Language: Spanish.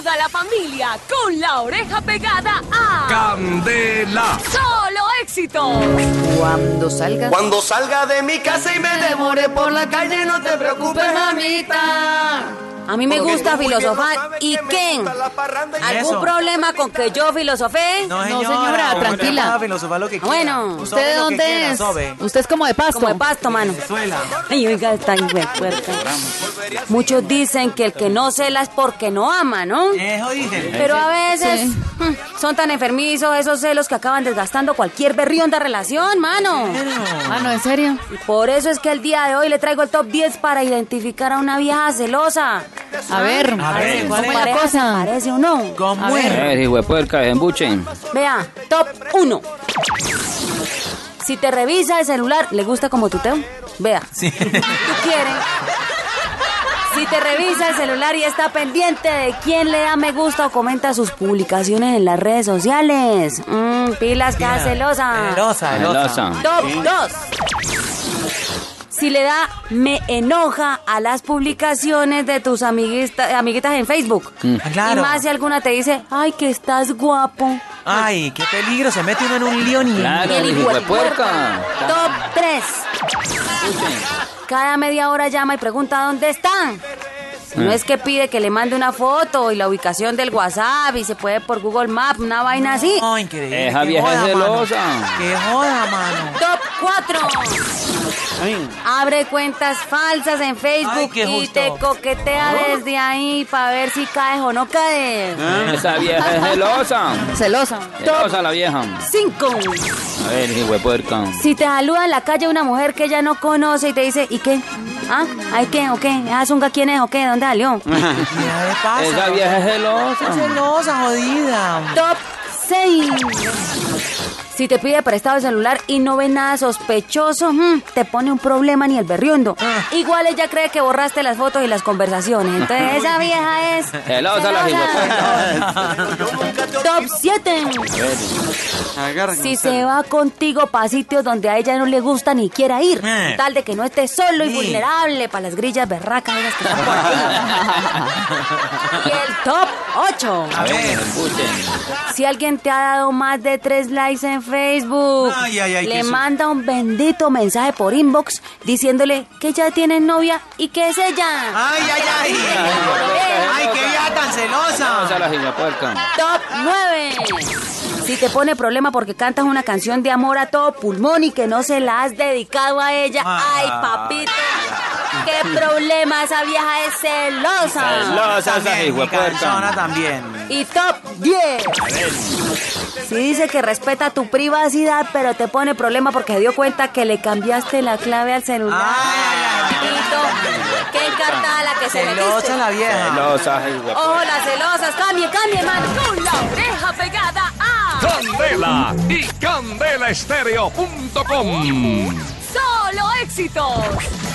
toda la familia con la oreja pegada a Candela. Solo Éxitos. Cuando salga de mi casa y me demore por la calle, no te preocupes, mamita. A mí me gusta filosofar. ¿Y qué? ¿Algún problema con que yo filosofé? No, señora, tranquila. Filosofar lo que quiera. Bueno, ¿usted de dónde es? Usted es como de Pasto. Como de Pasto, mano. Venezuela. Ay, oiga, está puerta. Muchos dicen que el que no cela es porque no ama, ¿no? Eso dicen. Pero a veces son tan enfermizos esos celos que acaban desgastando cualquier berrionda relación, mano. No, ¿en serio? Y por eso es que el día de hoy le traigo el top 10 para identificar a una vieja celosa. A ver, ¿cuál ¿Su es la pareja cosa? se parece o no? ¿Cómo es? Hijo de puerca, desembuchen. Vea, top 1. Si te revisa el celular, ¿le gusta como tuteo? Vea. Sí. ¿Tú quieres? Si te revisa el celular y está pendiente de quién le da me gusta o comenta sus publicaciones en las redes sociales. Pilas, que celosa. Celosa. Top 2. Si le da me enoja a las publicaciones de tus amiguitas en Facebook. Claro. Y más si alguna te dice, ay, que estás guapo. Ay, qué peligro, se mete uno en un lío ni... Claro, Y el hijo de puerca. Top 3. Cada media hora llama y pregunta dónde están. Si no es que pide que le mande una foto y la ubicación del WhatsApp y se puede por Google Maps, una vaina así. Ay, increíble. Esa qué vieja joda, es celosa. mano. Qué joda, mano. Top 4. Abre cuentas falsas en Facebook Ay, qué y justo. te coquetea desde ahí para ver si caes o no caes. Esa vieja es celosa. Celosa. Celosa la vieja. 5. A ver, hijo de puerca. Si te saluda en la calle una mujer que ella no conoce y te dice, ¿y qué? ¿Ah? ¿Ay qué? ¿O qué? ¿Esa zunga quién es o qué? ¿Dónde salió? ¿Qué le pasa? Esa vieja es celosa. Celosa, jodida. Top 6. Si te pide prestado el celular y no ve nada sospechoso, te pone un problema ni el berriondo. Igual ella cree que borraste las fotos y las conversaciones. Entonces esa vieja es... Celosa la hijo de puerca. Top 7. Si se va contigo pa' sitios donde a ella no le gusta ni quiera ir, tal de que no esté solo y Sí. vulnerable para las grillas berracas esas que están por ahí. Y el top 8. A ver. Desembuchen. Si alguien te ha dado más de 3 likes en Facebook, Ay, ay, ay, le qué manda un bendito mensaje por inbox diciéndole que ya tiene novia y que es ella. Ay, ay, ay. Ay, qué vieja tan Celosa celosa. la hijo de puerca. Top 9. Si te pone problema porque cantas una canción de amor a todo pulmón y que no se la has dedicado a ella, ay, papito, qué problema, esa vieja es celosa. Celosa esa hijo de mi calzona puerca. también. Y top 10. Si dice que respeta tu privacidad, pero te pone problema porque se dio cuenta que le cambiaste la clave al celular. Ay, papito, qué encartada la que se Celosa metiste. la vieja. Celosa hijo de puerca. Ojo, las celosas, cambie, mano. Con la oreja pegada a Candela y candelaestereo.com. Solo Éxitos.